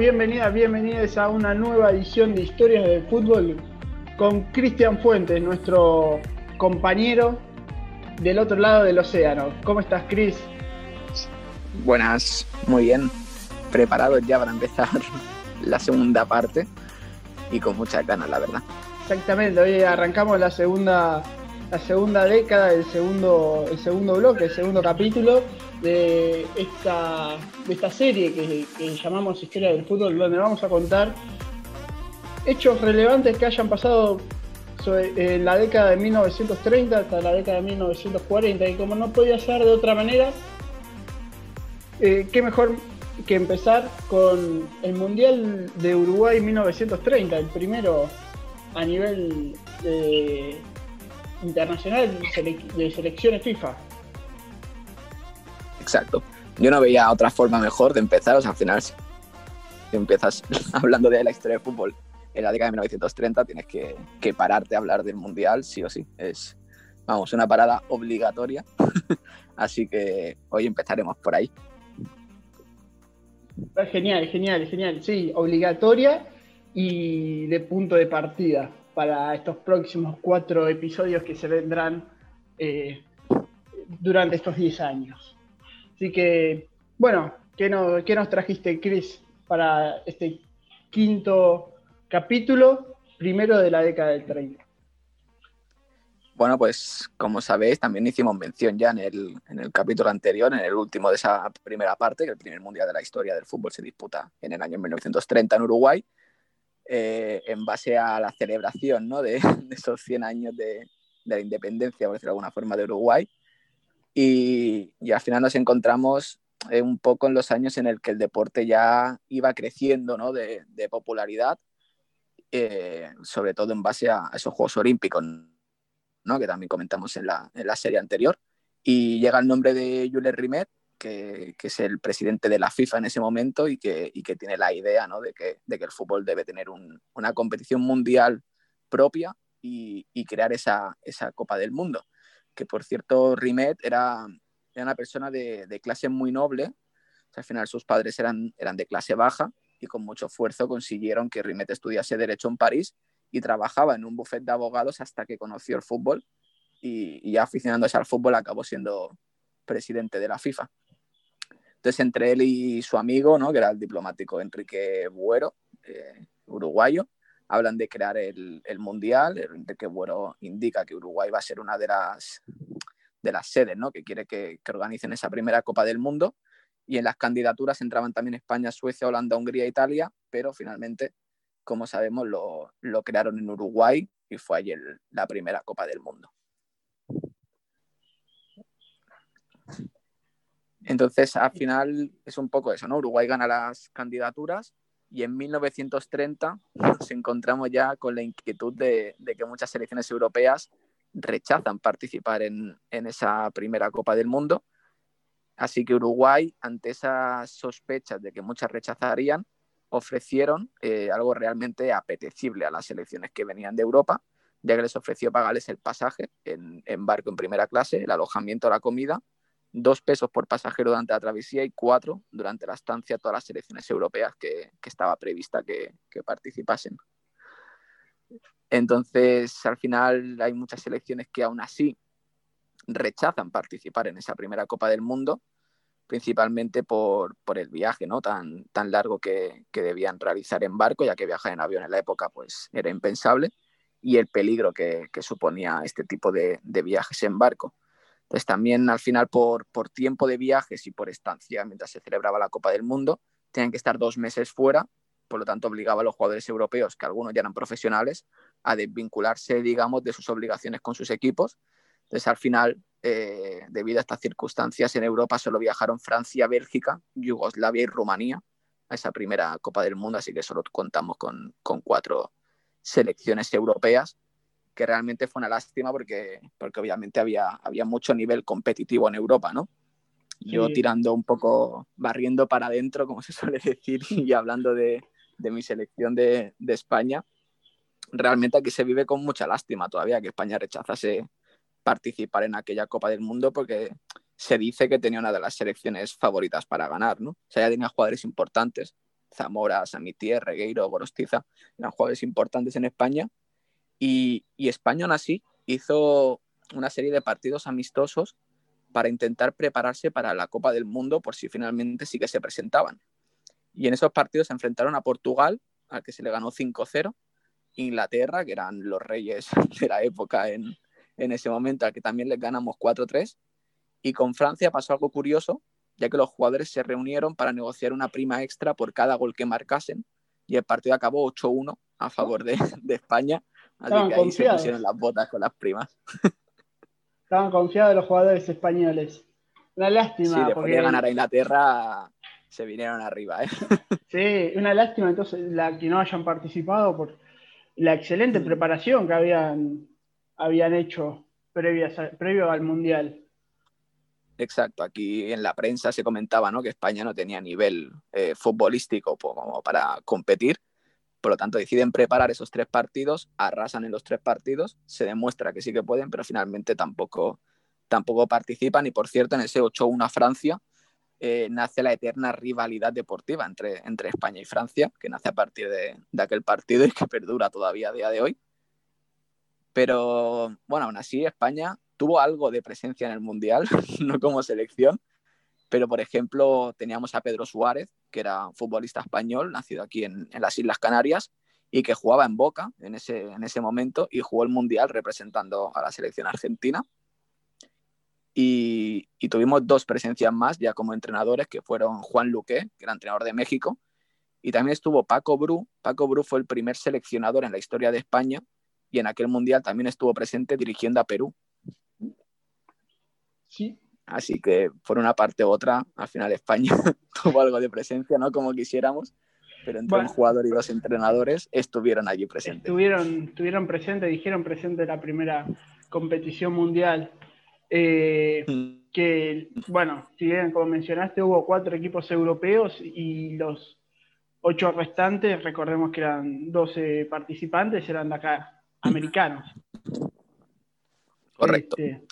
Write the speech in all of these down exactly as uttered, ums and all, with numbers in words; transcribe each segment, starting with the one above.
bienvenidas, bienvenidas a una nueva edición de Historias del Fútbol con Cristian Fuentes, nuestro compañero del otro lado del océano. ¿Cómo estás, Cris? Buenas, muy bien. Preparados ya para empezar la segunda parte y con muchas ganas, la verdad. Exactamente, hoy arrancamos la segunda, la segunda década, el segundo, el segundo bloque, el segundo capítulo de esta, de esta serie que, que llamamos Historia del Fútbol, donde vamos a contar hechos relevantes que hayan pasado sobre, en la década de mil novecientos treinta hasta la década de mil novecientos cuarenta, y como no podía ser de otra manera, eh, qué mejor que empezar con el Mundial de Uruguay mil novecientos treinta, el primero a nivel de, internacional de selecciones FIFA. Exacto. Yo no veía otra forma mejor de empezar. O sea, al final, si empiezas hablando de la historia del fútbol en la década de mil novecientos treinta, tienes que, que pararte a hablar del Mundial, sí o sí. Es, vamos, una parada obligatoria. Así que hoy empezaremos por ahí. Genial, genial, genial. Sí, obligatoria y de punto de partida para estos próximos cuatro episodios que se vendrán eh, durante estos diez años. Así que, bueno, ¿qué, no, qué nos trajiste, Cris, para este quinto capítulo, primero de la década del treinta? Bueno, pues como sabéis, también hicimos mención ya en el, en el capítulo anterior, en el último de esa primera parte, que el primer mundial de la historia del fútbol se disputa en el año mil novecientos treinta en Uruguay, eh, en base a la celebración, ¿no?, de, de esos cien años de, de la independencia, por decirlo de alguna forma, de Uruguay. Y, y al final nos encontramos eh, un poco en los años en el que el deporte ya iba creciendo, ¿no?, de, de popularidad, eh, sobre todo en base a esos Juegos Olímpicos, ¿no?, que también comentamos en la, en la serie anterior. Y llega el nombre de Jules Rimet, que, que es el presidente de la FIFA en ese momento y que, y que tiene la idea, ¿no?, de, que, de que el fútbol debe tener un, una competición mundial propia y, y crear esa, esa Copa del Mundo. Que, por cierto, Rimet era, era una persona de, de clase muy noble. O sea, al final sus padres eran, eran de clase baja y con mucho esfuerzo consiguieron que Rimet estudiase Derecho en París y trabajaba en un bufet de abogados hasta que conoció el fútbol y, y ya aficionándose al fútbol acabó siendo presidente de la FIFA. Entonces, entre él y su amigo, ¿no?, que era el diplomático Enrique Buero, eh, uruguayo, hablan de crear el, el Mundial. Enrique Buero indica que Uruguay va a ser una de las, de las sedes, ¿no?, que quiere que, que organicen esa primera Copa del Mundo. Y en las candidaturas entraban también España, Suecia, Holanda, Hungría, Italia, pero finalmente, como sabemos, lo, lo crearon en Uruguay y fue allí el, la primera Copa del Mundo. Entonces, al final es un poco eso, ¿no? Uruguay gana las candidaturas y en mil novecientos treinta nos encontramos ya con la inquietud de, de que muchas selecciones europeas rechazan participar en, en esa primera Copa del Mundo. Así que Uruguay, ante esas sospechas de que muchas rechazarían, ofrecieron eh, algo realmente apetecible a las selecciones que venían de Europa, ya que les ofreció pagarles el pasaje en, en barco en primera clase, el alojamiento, la comida, dos pesos por pasajero durante la travesía y cuatro durante la estancia a todas las selecciones europeas que, que estaba prevista que, que participasen. Entonces, al final hay muchas selecciones que aún así rechazan participar en esa primera Copa del Mundo, principalmente por, por el viaje, ¿no?, tan, tan largo que, que debían realizar en barco, ya que viajar en avión en la época pues, era impensable, y el peligro que, que suponía este tipo de, de viajes en barco. Entonces también al final por, por tiempo de viajes y por estancia mientras se celebraba la Copa del Mundo, tenían que estar dos meses fuera, por lo tanto obligaba a los jugadores europeos, que algunos ya eran profesionales, a desvincularse, digamos, de sus obligaciones con sus equipos. Entonces al final, eh, debido a estas circunstancias, en Europa solo viajaron Francia, Bélgica, Yugoslavia y Rumanía a esa primera Copa del Mundo, así que solo contamos con, con cuatro selecciones europeas, que realmente fue una lástima porque, porque obviamente había, había mucho nivel competitivo en Europa, ¿no? Sí. Yo tirando un poco, barriendo para adentro, como se suele decir, y hablando de, de mi selección de, de España, realmente aquí se vive con mucha lástima todavía que España rechazase participar en aquella Copa del Mundo, porque se dice que tenía una de las selecciones favoritas para ganar, ¿no? O sea, ya tenía jugadores importantes, Zamora, Samitier, Regueiro, Gorostiza, eran jugadores importantes en España. Y, y España aún así hizo una serie de partidos amistosos para intentar prepararse para la Copa del Mundo por si finalmente sí que se presentaban. Y en esos partidos se enfrentaron a Portugal, al que se le ganó cinco cero, Inglaterra, que eran los reyes de la época en, en ese momento, al que también les ganamos cuatro tres, y con Francia pasó algo curioso, ya que los jugadores se reunieron para negociar una prima extra por cada gol que marcasen, y el partido acabó ocho uno a favor de, de España, así Estaban que ahí se pusieron confiados. las botas con las primas. Estaban confiados los jugadores españoles. Una Sí, lástima, después de porque ganar a Inglaterra se vinieron arriba, ¿eh? sí, una lástima entonces la que no hayan participado por la excelente preparación que habían, habían hecho previas a- previo al Mundial. Exacto, aquí en la prensa se comentaba, ¿no?, que España no tenía nivel eh, futbolístico como para competir, por lo tanto deciden preparar esos tres partidos, arrasan en los tres partidos, se demuestra que sí que pueden, pero finalmente tampoco, tampoco participan. Y por cierto, en ese ocho uno a Francia eh, nace la eterna rivalidad deportiva entre, entre España y Francia, que nace a partir de, de aquel partido y que perdura todavía a día de hoy. Pero bueno, aún así España tuvo algo de presencia en el Mundial, no como selección, pero por ejemplo teníamos a Pedro Suárez, que era un futbolista español, nacido aquí en, en las Islas Canarias, y que jugaba en Boca en ese, en ese momento y jugó el Mundial representando a la selección argentina. Y, y tuvimos dos presencias más ya como entrenadores, que fueron Juan Luque, que era entrenador de México, y también estuvo Paco Bru. Paco Bru fue el primer seleccionador en la historia de España y en aquel Mundial también estuvo presente dirigiendo a Perú. Sí. Así que por una parte u otra, al final España tuvo algo de presencia, no como quisiéramos, pero entre un Bueno, jugador y dos entrenadores estuvieron allí presentes. estuvieron, estuvieron presentes, dijeron presente la primera competición mundial. Eh, que, bueno, si bien, como mencionaste, hubo cuatro equipos europeos y los ocho restantes, recordemos que eran doce participantes, eran de acá, americanos. Correcto. Este,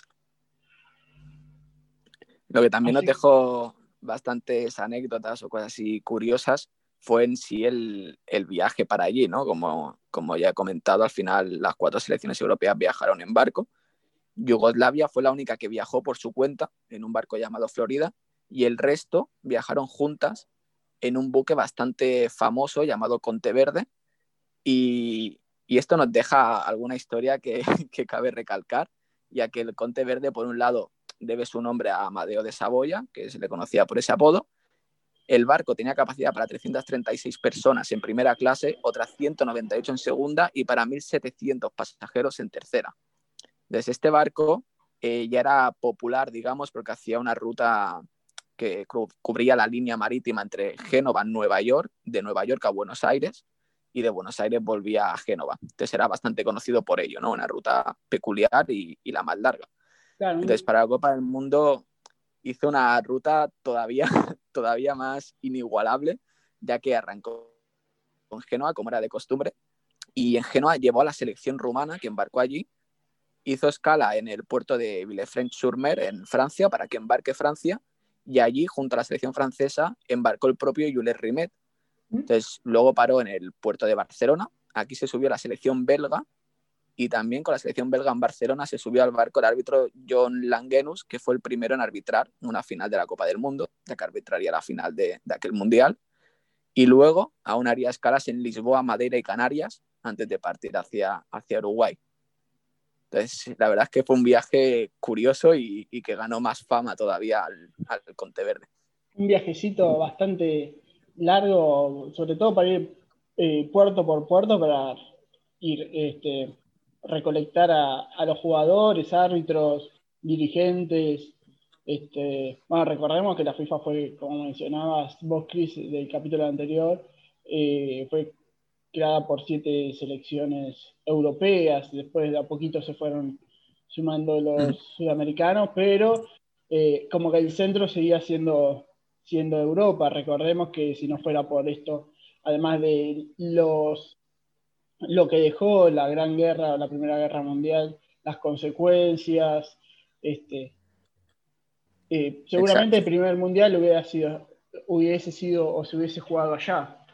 Lo que también nos así, dejó bastantes anécdotas o cosas así curiosas fue en sí el, el viaje para allí, ¿no? Como, como ya he comentado, al final las cuatro selecciones europeas viajaron en barco. Yugoslavia fue la única que viajó por su cuenta en un barco llamado Florida y el resto viajaron juntas en un buque bastante famoso llamado Conteverde. Y, y esto nos deja alguna historia que, que cabe recalcar, ya que el Conteverde, por un lado, debe su nombre a Amadeo de Saboya, que se le conocía por ese apodo. El barco tenía capacidad para trescientas treinta y seis personas en primera clase, otras ciento noventa y ocho en segunda y para mil setecientos pasajeros en tercera. Desde este barco eh, ya era popular, digamos, porque hacía una ruta que cubría la línea marítima entre Génova y Nueva York, de Nueva York a Buenos Aires, y de Buenos Aires volvía a Génova. Entonces era bastante conocido por ello, ¿no? Una ruta peculiar y, y la más larga. claro, Entonces, para la Copa del Mundo hizo una ruta todavía, todavía más inigualable, ya que arrancó con Génova, como era de costumbre, y en Génova llevó a la selección rumana que embarcó allí, hizo escala en el puerto de Villefranche-sur-Mer, en Francia, para que embarque Francia, y allí, junto a la selección francesa, embarcó el propio Jules Rimet. Entonces, luego paró en el puerto de Barcelona, aquí se subió la selección belga, y también con la selección belga en Barcelona se subió al barco el árbitro John Langenus, que fue el primero en arbitrar una final de la Copa del Mundo, ya que arbitraría la final de, de aquel Mundial. Y luego aún haría escalas en Lisboa, Madeira y Canarias antes de partir hacia, hacia Uruguay. Entonces, la verdad es que fue un viaje curioso y, y que ganó más fama todavía al, al Conteverde. un viajecito bastante largo, sobre todo para ir eh, puerto por puerto, para ir este, recolectar a, a los jugadores, árbitros, dirigentes. Este, bueno, recordemos que la FIFA fue, como mencionabas vos, Chris, del capítulo anterior, eh, fue creada por siete selecciones europeas, después de a poquito se fueron sumando los sudamericanos, pero eh, como que el centro seguía siendo, siendo Europa. Recordemos que si no fuera por esto, además de los lo que dejó la Gran Guerra, la Primera Guerra Mundial, las consecuencias, este, eh, seguramente Exacto. el primer mundial hubiera sido, hubiese sido o se hubiese jugado allá.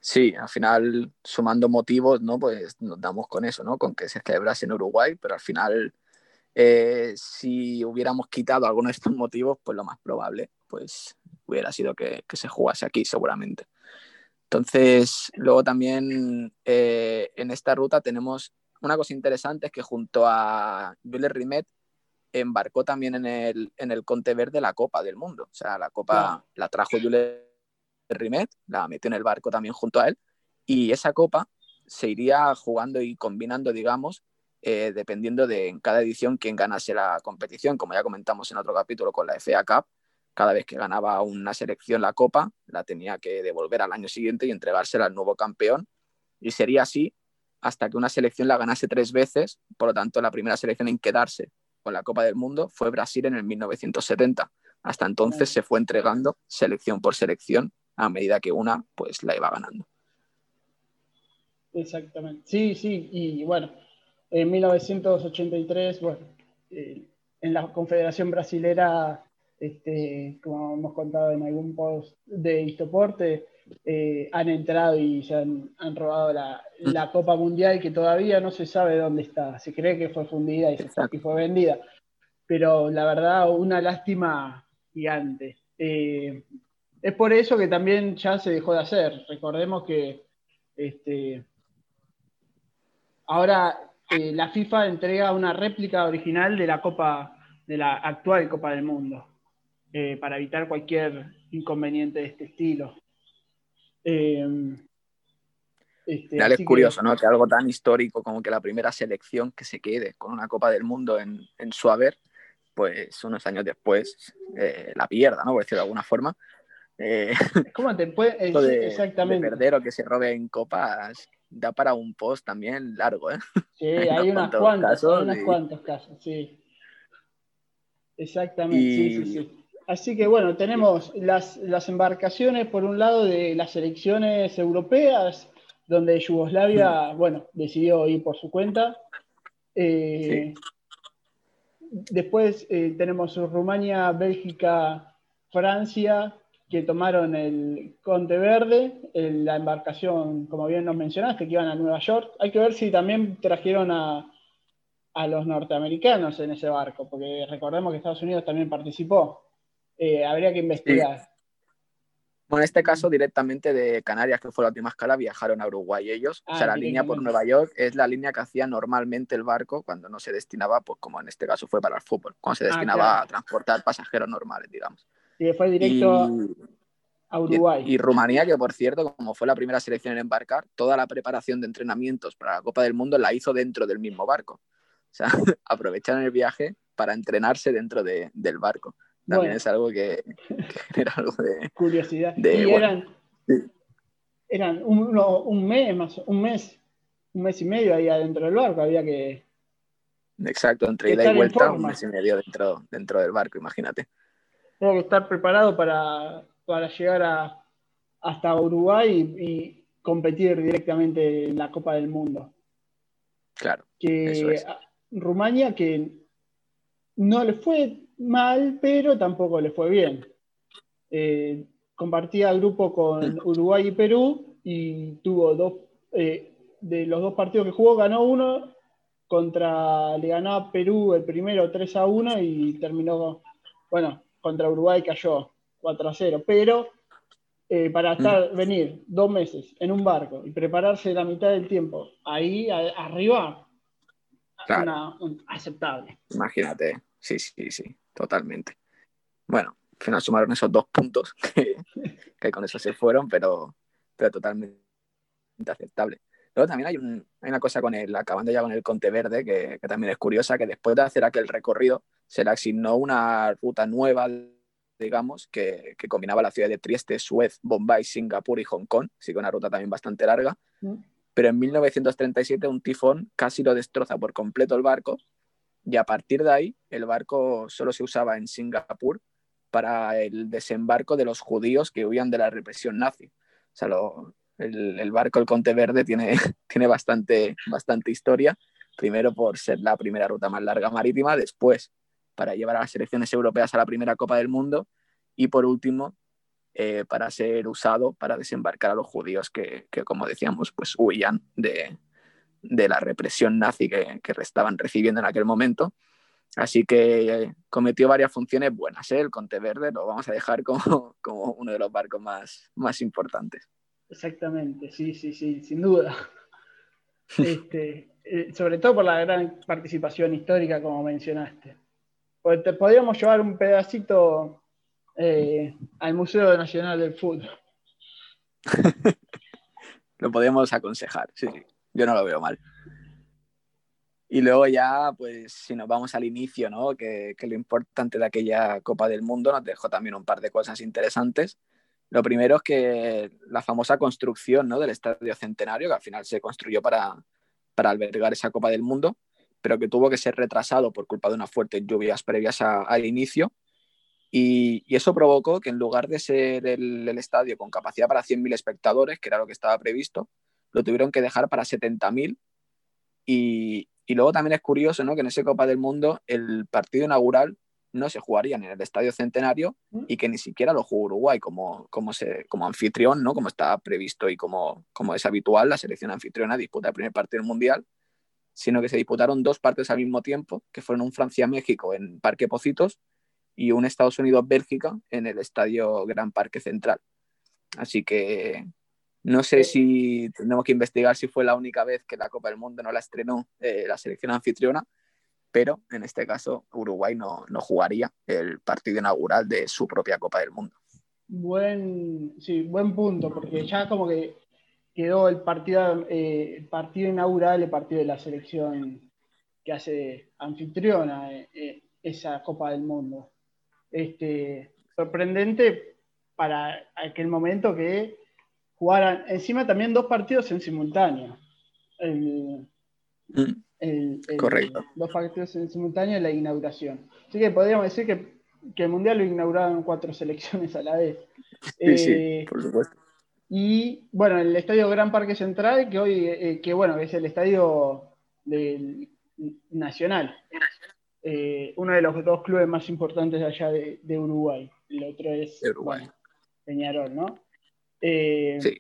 Sí, al final, sumando motivos, ¿no? Pues nos damos con eso, ¿no? Con que se celebrase en Uruguay, pero al final, eh, si hubiéramos quitado alguno de estos motivos, pues lo más probable, pues hubiera sido que, que se jugase aquí, seguramente. Entonces, luego también eh, en esta ruta tenemos una cosa interesante, es que junto a Jules Rimet embarcó también en el, en el Conte Verde la Copa del Mundo. O sea, la Copa Claro. la trajo Jules Rimet, la metió en el barco también junto a él, y esa Copa se iría jugando y combinando, digamos, eh, dependiendo de en cada edición quién ganase la competición, como ya comentamos en otro capítulo con la F A Cup. Cada vez que ganaba una selección la Copa, la tenía que devolver al año siguiente y entregársela al nuevo campeón. Y sería así hasta que una selección la ganase tres veces. Por lo tanto, la primera selección en quedarse con la Copa del Mundo fue Brasil en el mil novecientos setenta. Hasta entonces se fue entregando selección por selección a medida que una pues la iba ganando. Exactamente. Sí, sí, y bueno, en mil novecientos ochenta y tres, bueno, eh, en la Confederación Brasilera, este, como hemos contado en algún post de Histoporte, eh, han entrado y se han, han robado la, la, Copa Mundial, que todavía no se sabe dónde está. Se cree que fue fundida y, se, y fue vendida, pero la verdad, una lástima gigante. Eh, es por eso que también ya se dejó de hacer. Recordemos que este, ahora eh, la FIFA entrega una réplica original de la Copa, de la actual Copa del Mundo, eh, para evitar cualquier inconveniente de este estilo. Eh, este, Es así curioso, que, ¿no? Que algo tan histórico como que la primera selección que se quede con una Copa del Mundo en, en su haber, pues unos años después eh, la pierda, ¿no? Por decirlo de alguna forma. Eh, ¿Cómo te puede? Eh, esto sí, de, de exactamente. perder o que se robe en copas da para un post también largo, ¿eh? Sí, Hay unos hay unas cuantos cuantas, hay casos unos y, cuantos casos, sí. Exactamente, sí, sí, y, sí. Así que bueno, tenemos las, las embarcaciones por un lado de las selecciones europeas, donde Yugoslavia, bueno, decidió ir por su cuenta. sí. Eh, después eh, tenemos Rumania, Bélgica, Francia, que tomaron el Conte Verde, el- la embarcación, como bien nos mencionaste, que iban a Nueva York. Hay que ver si también trajeron a, a los norteamericanos en ese barco, porque recordemos que Estados Unidos también participó. Eh, habría que Sí. investigar. Bueno, en este caso directamente de Canarias, que fue la última escala, viajaron a Uruguay ellos. O Ah, sea, la línea por directamente. Nueva York es la línea que hacía normalmente el barco cuando no se destinaba, pues como en este caso fue para el fútbol, cuando se Ah, claro. destinaba a transportar pasajeros normales, digamos. Y fue directo Y, a y, Uruguay. y Rumanía, que por cierto, como fue la primera selección en embarcar, toda la preparación de entrenamientos para la Copa del Mundo la hizo dentro del mismo barco. O sea, aprovecharon el viaje para entrenarse dentro de, del barco. También Bueno, es algo que, que genera algo de, curiosidad. de Y bueno. eran, eran un, no, un mes más, un mes, un mes y medio ahí adentro del barco. Había que, Exacto, entre que ida y estar en vuelta, un mes forma. y medio dentro, dentro del barco, imagínate. Tengo que estar preparado para, para llegar a, hasta Uruguay y, y competir directamente en la Copa del Mundo. Claro, eso Que es. Rumania, que no le fue mal, pero tampoco le fue bien. Eh, compartía grupo con Uruguay y Perú y tuvo dos, eh, de los dos partidos que jugó, ganó uno, contra, le ganó a Perú el primero tres a uno y terminó, bueno, contra Uruguay cayó cuatro a cero, pero eh, para estar, venir dos meses en un barco y prepararse la mitad del tiempo ahí a, arriba, Claro, una, un, aceptable. imagínate. Sí, sí, sí, totalmente. Bueno, al final sumaron esos dos puntos que, que con eso se fueron, pero, pero totalmente aceptable. Luego también hay, un, hay una cosa con el, acabando ya con el Conte Verde, que, que también es curiosa, que después de hacer aquel recorrido, se le asignó una ruta nueva, digamos, que, que combinaba la ciudad de Trieste, Suez, Bombay, Singapur y Hong Kong, así que una ruta también bastante larga. Pero en mil novecientos treinta y siete un tifón casi lo destroza por completo el barco y a partir de ahí el barco solo se usaba en Singapur para el desembarco de los judíos que huían de la represión nazi. O sea, lo, el, el, barco, el Conte Verde, tiene, tiene bastante, bastante historia. Primero por ser la primera ruta más larga marítima, después para llevar a las selecciones europeas a la primera Copa del Mundo y por último eh, para ser usado para desembarcar a los judíos que, que como decíamos, pues huían de, de la represión nazi que, que estaban recibiendo en aquel momento. Así que eh, cometió varias funciones buenas, ¿eh? El Conte Verde lo vamos a dejar como, como uno de los barcos más, más importantes. Exactamente, sí, sí, sí, sin duda. Este, eh, sobre todo por la gran participación histórica, como mencionaste. Pues te podríamos llevar un pedacito eh, al Museo Nacional del Fútbol. Lo podemos aconsejar, sí, sí, yo no lo veo mal. Y luego ya, pues si nos vamos al inicio, ¿no? Que, que lo importante de aquella Copa del Mundo nos dejó también un par de cosas interesantes. Lo primero es que la famosa construcción, ¿no? Del Estadio Centenario, que al final se construyó para, para albergar esa Copa del Mundo, pero que tuvo que ser retrasado por culpa de unas fuertes lluvias previas a, al inicio. Y, y, eso provocó que en lugar de ser el, el estadio con capacidad para cien mil espectadores, que era lo que estaba previsto, lo tuvieron que dejar para setenta mil. Y, y luego también es curioso, ¿no? Que en esa Copa del Mundo el partido inaugural no se jugaría en el Estadio Centenario y que ni siquiera lo jugó Uruguay como, como, se, como anfitrión, ¿no? Como estaba previsto y como, como es habitual, la selección anfitriona disputa el primer partido del Mundial, sino que se disputaron dos partidos al mismo tiempo, que fueron un Francia-México en Parque Pocitos y un Estados Unidos-Bélgica en el Estadio Gran Parque Central. Así que no sé si tendremos que investigar si fue la única vez que la Copa del Mundo no la estrenó eh, la selección anfitriona, pero en este caso Uruguay no, no jugaría el partido inaugural de su propia Copa del Mundo. Buen, sí, buen punto, porque ya como que quedó el partido, eh, el partido inaugural, el partido de la selección que hace anfitriona eh, eh, esa Copa del Mundo. Este, sorprendente para aquel momento que jugaran encima también dos partidos en simultáneo. El, mm, el, el, correcto. dos partidos en simultáneo en la inauguración. Así que podríamos decir que, que el Mundial lo inauguraron cuatro selecciones a la vez. Sí, sí, Eh, por supuesto. y bueno, el Estadio Gran Parque Central, que hoy, eh, que bueno, es el estadio del, nacional. Eh, uno de los dos clubes más importantes de allá de, de Uruguay. El otro es, Uruguay. bueno, Peñarol, ¿no? Eh, Sí.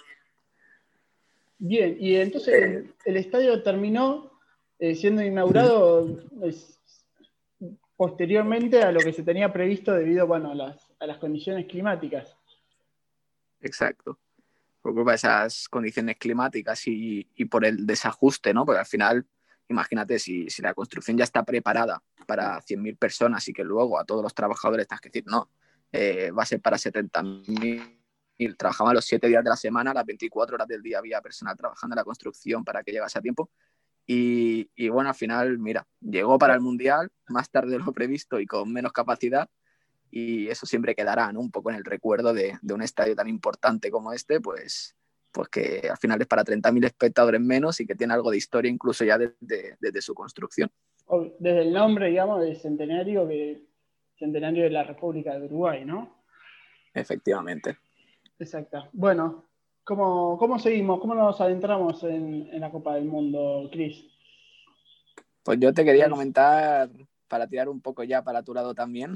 Bien, y entonces Eh, el, el estadio terminó eh, siendo inaugurado es, posteriormente a lo que se tenía previsto debido, bueno, a las, a las condiciones climáticas. exacto. Por culpa de esas condiciones climáticas y, y por el desajuste, ¿no? Porque al final, imagínate, si, si la construcción ya está preparada para cien mil personas y que luego a todos los trabajadores tienes que decir, no, eh, va a ser para setenta mil. Trabajaban los siete días de la semana, las veinticuatro horas del día había personal trabajando en la construcción para que llegase a tiempo. Y, y bueno, al final, mira, llegó para el Mundial más tarde de lo previsto y con menos capacidad. Y eso siempre quedará, ¿no? Un poco en el recuerdo de, de un estadio tan importante como este, pues, pues que al final es para treinta mil espectadores menos y que tiene algo de historia incluso ya desde, desde su construcción. Desde el nombre, digamos, del centenario, que, centenario de la República de Uruguay, ¿no? Efectivamente. Exacto. Bueno, ¿cómo, cómo seguimos? ¿Cómo nos adentramos en, en la Copa del Mundo, Cris? Pues yo te quería comentar, para tirar un poco ya para tu lado también,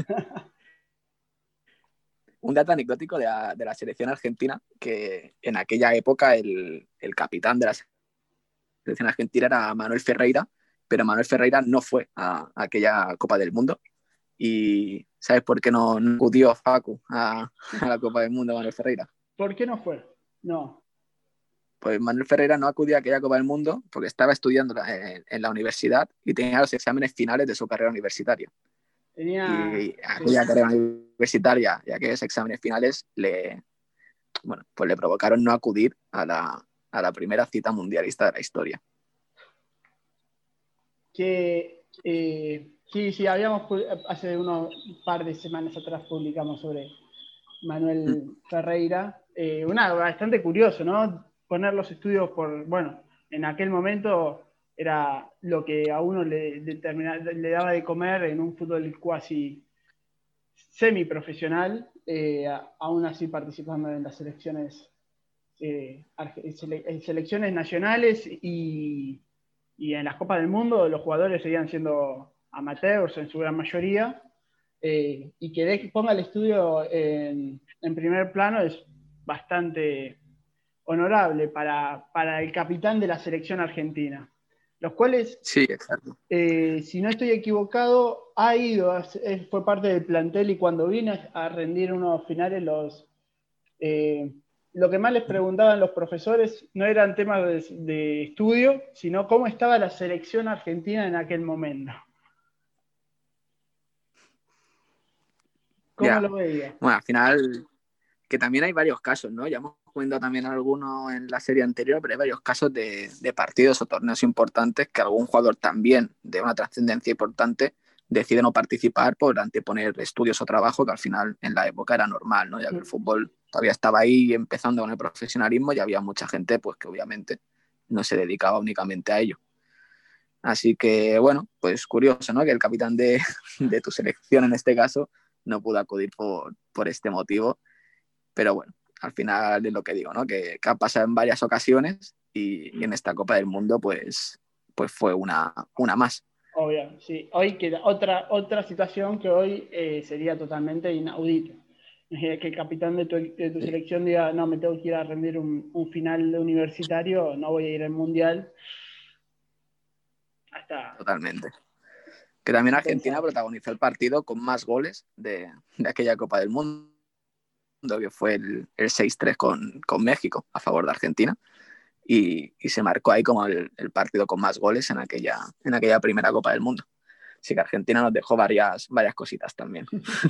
un dato anecdótico de la, de la selección argentina, que en aquella época el, el capitán de la selección argentina era Manuel Ferreira, pero Manuel Ferreira no fue a, a aquella Copa del Mundo. Y ¿sabes por qué no, no acudió Facu a, a la Copa del Mundo, Manuel Ferreira? ¿Por qué no fue? No. Pues Manuel Ferreira no acudió a aquella Copa del Mundo porque estaba estudiando en, en la universidad y tenía los exámenes finales de su carrera universitaria. Tenía... Y aquella sí. carrera universitaria y aquellos exámenes finales le, bueno, pues le provocaron no acudir a la, a la primera cita mundialista de la historia. Que eh, sí, sí, habíamos hace unos par de semanas atrás publicamos sobre Manuel mm. Ferreira. Eh, una bastante curioso, ¿no? Poner los estudios por, bueno, en aquel momento era lo que a uno le, le daba de comer en un fútbol cuasi semiprofesional, eh, aún así participando en las selecciones, eh, sele, selecciones nacionales y, y en las Copas del Mundo los jugadores seguían siendo amateurs en su gran mayoría. eh, y que de, ponga el estudio en, en primer plano es bastante honorable para, para el capitán de la selección argentina, los cuales, Sí, exacto. eh, si no estoy equivocado, ha ido, es, fue parte del plantel y cuando vino a rendir unos finales, los, eh, lo que más les preguntaban los profesores no eran temas de, de estudio, sino cómo estaba la selección argentina en aquel momento. ¿Cómo Ya. lo veía? Bueno, al final, que también hay varios casos, ¿no? Ya hemos comentado también algunos en la serie anterior, pero hay varios casos de, de partidos o torneos importantes que algún jugador también de una trascendencia importante decide no participar por anteponer estudios o trabajo, que al final en la época era normal, ¿no? Ya que el fútbol todavía estaba ahí empezando con el profesionalismo y había mucha gente pues que obviamente no se dedicaba únicamente a ello. Así que, bueno, pues curioso, ¿no? Que el capitán de, de tu selección en este caso no pudo acudir por, por este motivo. Pero bueno, al final es lo que digo, ¿no? Que, que ha pasado en varias ocasiones y, y en esta Copa del Mundo, pues, pues fue una, una más. Obvio, sí. Hoy queda otra, otra situación que hoy eh, sería totalmente inaudita. Que el capitán de tu, de tu Sí, selección diga, no, me tengo que ir a rendir un, un final universitario, no voy a ir al Mundial. Hasta totalmente. Que también Argentina impensable. protagonizó el partido con más goles de, de aquella Copa del Mundo, que fue el, el seis tres con, con México a favor de Argentina. Y, y se marcó ahí como el, el partido con más goles en aquella, en aquella primera Copa del Mundo. Así que Argentina nos dejó varias, varias cositas también.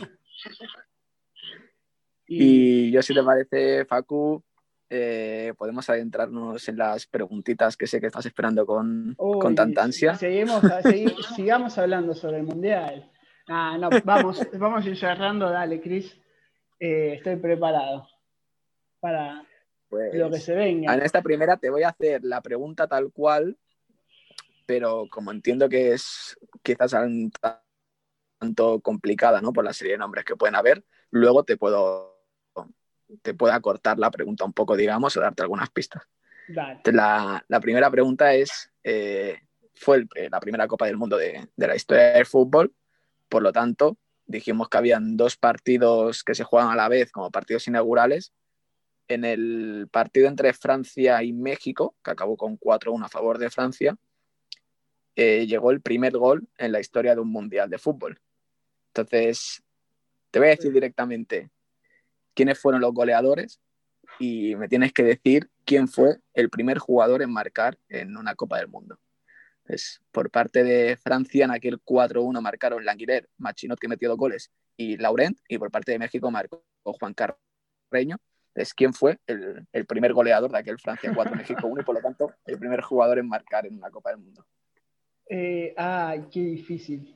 Y Y yo, si te parece, Facu, eh, podemos adentrarnos en las preguntitas que sé que estás esperando con, con uy, tanta ansia. seguimos, segui, sigamos hablando sobre el Mundial. Ah, no, vamos, vamos a ir cerrando, dale, Cris. Eh, estoy preparado para lo que Pues se en venga. esta primera te voy a hacer la pregunta tal cual, pero como entiendo que es quizás un tanto complicada, ¿no? Por la serie de nombres que pueden haber, luego te puedo, te puedo acortar la pregunta un poco, digamos, o darte algunas pistas. Dale. La, la primera pregunta es, eh, fue el, eh, la primera Copa del Mundo de, de la historia del fútbol, por lo tanto, dijimos que habían dos partidos que se juegan a la vez como partidos inaugurales. En el partido entre Francia y México, que acabó con cuatro uno a favor de Francia, eh, llegó el primer gol en la historia de un mundial de fútbol. Entonces, te voy a decir directamente quiénes fueron los goleadores y me tienes que decir quién fue el primer jugador en marcar en una Copa del Mundo. Pues, por parte de Francia, en aquel cuatro uno marcaron Languiler, Machinot, que metió dos goles, y Laurent, y por parte de México marcó Juan Carreño. Entonces, ¿quién fue el, el primer goleador de aquel Francia cuatro, México uno, y por lo tanto el primer jugador en marcar en una Copa del Mundo? Eh, ay, qué difícil.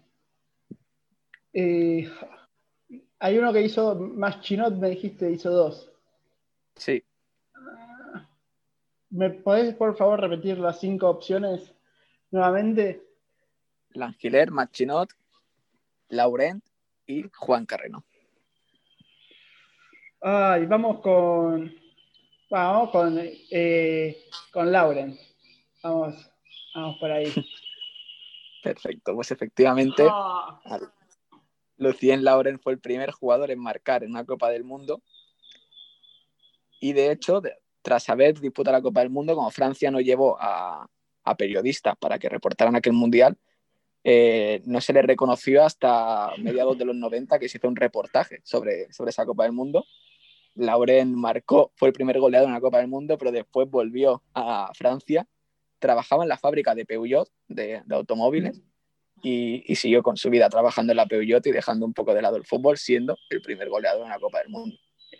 Eh, hay uno que hizo más chinot, me dijiste, hizo dos. Sí, ¿Me podés, por favor, repetir las cinco opciones nuevamente? Languiler, Machinot, Laurent y Juan Carreño. Ay, vamos con. Vamos con. Eh, con Lauren. Vamos, vamos por ahí. Perfecto, pues efectivamente, Oh, Lucien Laurent fue el primer jugador en marcar en una Copa del Mundo. Y de hecho, de, tras haber disputado la Copa del Mundo, como Francia no llevó a, a periodistas para que reportaran aquel mundial, eh, no se le reconoció hasta mediados de los noventa, que se hizo un reportaje sobre, sobre esa Copa del Mundo. Lauren marcó, fue el primer goleador en la Copa del Mundo, pero después volvió a Francia, trabajaba en la fábrica de Peugeot, de, de automóviles, y, y siguió con su vida trabajando en la Peugeot y dejando un poco de lado el fútbol, siendo el primer goleador en la Copa del Mundo.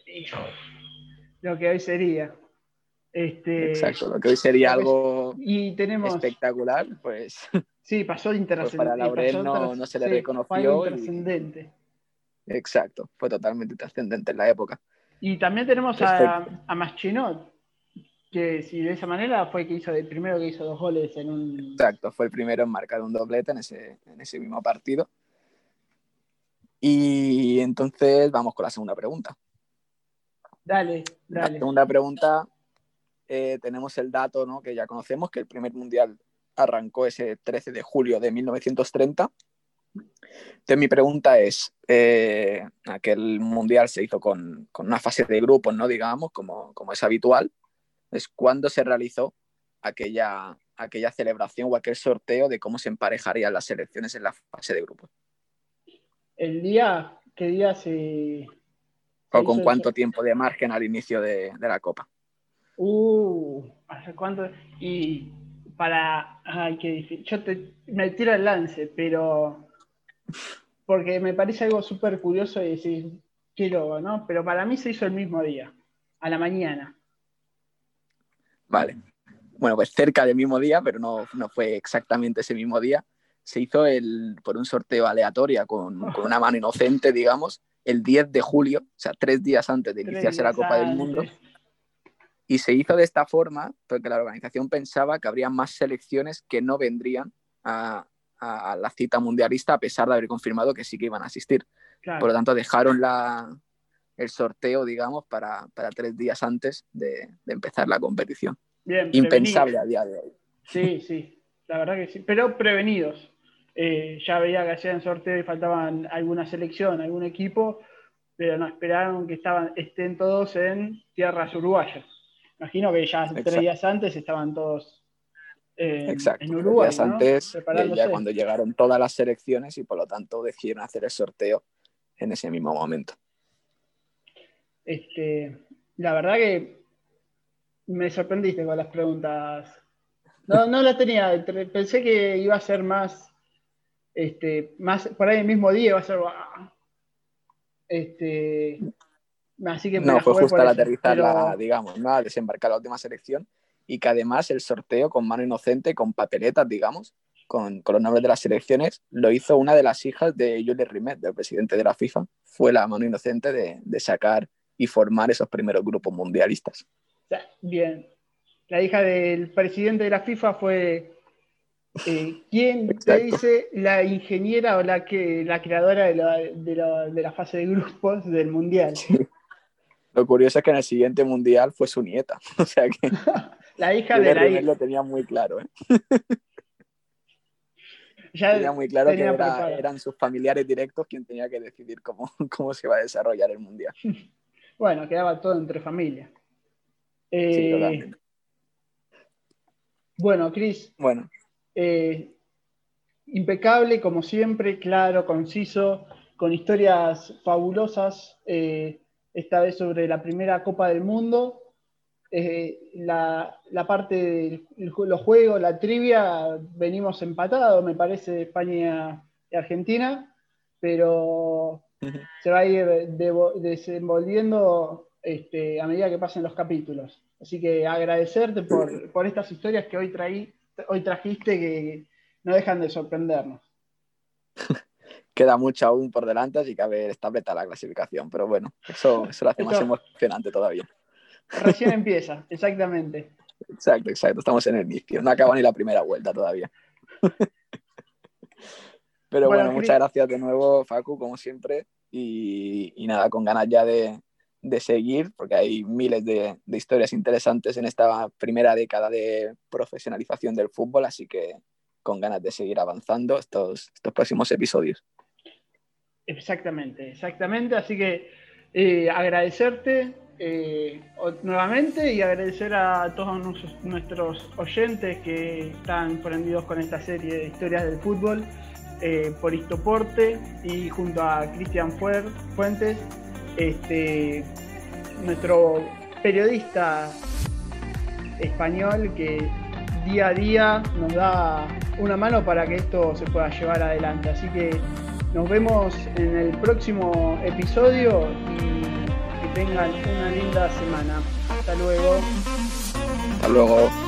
lo que hoy sería. Este, Exacto, lo que hoy sería lo que es- algo y tenemos. espectacular, pues, Sí, pasó pues para intrascendente. Lauren Pasó no, tras, no se le sí, fue algo reconoció y intrascendente. exacto, fue totalmente trascendente en la época. Y también tenemos a, Perfecto, a Maschinot, que si de esa manera fue que hizo el primero que hizo dos goles en un. exacto, fue el primero en marcar un doblete en ese, en ese mismo partido. Y entonces vamos con la segunda pregunta. Dale, En la dale. segunda pregunta eh, tenemos el dato, ¿no?, que ya conocemos, que el primer mundial arrancó ese trece de julio de mil novecientos treinta, Entonces mi pregunta es, eh, aquel mundial se hizo con, con una fase de grupos, ¿no? Digamos, como, como es habitual. Entonces, ¿cuándo se realizó aquella, aquella celebración o aquel sorteo de cómo se emparejarían las selecciones en la fase de grupos? El día, ¿qué día se, se ¿O con hizo cuánto eso? tiempo de margen al inicio de, de la Copa? Uh, ¿hace cuánto? Y para, ay, qué difícil. Yo te, me tiro el lance, pero porque me parece algo súper curioso y decir, qué loco, ¿no? Pero para mí se hizo el mismo día, a la mañana. Vale. Bueno, pues cerca del mismo día, pero no, no fue exactamente ese mismo día. Se hizo el, por un sorteo aleatorio con, con una mano inocente, digamos, el diez de julio, o sea, tres días antes de Tres iniciarse la días Copa del Mundo. antes. Y se hizo de esta forma porque la organización pensaba que habría más selecciones que no vendrían a, a la cita mundialista, a pesar de haber confirmado que sí que iban a asistir. Claro. Por lo tanto, dejaron la, el sorteo, digamos, para, para tres días antes de, de empezar la competición. Bien, Impensable prevenidos. a día de hoy. Sí, sí, la verdad que sí. Pero prevenidos. Eh, ya veía que hacían sorteo y faltaban alguna selección, algún equipo, pero no esperaron que estaban, estén todos en tierras uruguayas. Imagino que ya Exacto. tres días antes estaban todos en, Exacto. en Tres Uruguay, días ¿no? antes, Preparándose. ya cuando llegaron todas las selecciones y por lo tanto decidieron hacer el sorteo en ese mismo momento. Este, la verdad que me sorprendiste con las preguntas. No, no las tenía, pensé que iba a ser más, este, más por ahí el mismo día iba a ser, este, así que me No, la fue jugué justo por al eso. aterrizarla, Pero, digamos, ¿no? Al desembarcar la última selección y que además el sorteo con mano inocente, con papeletas, digamos, con, con los nombres de las selecciones, lo hizo una de las hijas de Jules Rimet, del presidente de la FIFA. Fue la mano inocente de, de sacar y formar esos primeros grupos mundialistas. bien, la hija del presidente de la FIFA fue, eh, ¿quién Exacto. te dice la ingeniera o la, que, la creadora de la, de, la, de la fase de grupos del Mundial? Sí. Lo curioso es que en el siguiente mundial fue su nieta. O sea que la hija Jules de la Rimet lo tenía muy claro, ¿eh? Ya tenía muy claro que era, preparado. eran sus familiares directos quien tenía que decidir cómo, cómo se iba a desarrollar el mundial. Bueno, quedaba todo entre familia. Eh, Sí, totalmente. Bueno, Cris, Bueno. eh, impecable como siempre, claro, conciso, con historias fabulosas, eh, esta vez sobre la primera Copa del Mundo. Eh, la, la parte de los juegos, la trivia, venimos empatados, me parece, España y Argentina, pero se va a ir de, desenvolviendo este, a medida que pasen los capítulos. Así que agradecerte por, por estas historias que hoy, traí, hoy trajiste, que no dejan de sorprendernos. Queda mucho aún por delante, así que a ver, está apretada la clasificación, pero bueno, eso, eso lo hace más emocionante todavía. Recién empieza, exactamente. Exacto, exacto, estamos en el inicio, no acaba ni la primera vuelta todavía. Pero bueno, bueno muchas gracias de nuevo, Facu, como siempre, y, y nada, con ganas ya de, de seguir, porque hay miles de, de historias interesantes en esta primera década de profesionalización del fútbol, así que con ganas de seguir avanzando estos, estos próximos episodios. Exactamente, exactamente, así que eh, agradecerte eh, nuevamente y agradecer a todos nuestros oyentes que están prendidos con esta serie de historias del fútbol eh, por Histoporte, y junto a Cristian Fuentes, este, nuestro periodista español que día a día nos da una mano para que esto se pueda llevar adelante. Así que nos vemos en el próximo episodio y que tengan una linda semana. Hasta luego. Hasta luego.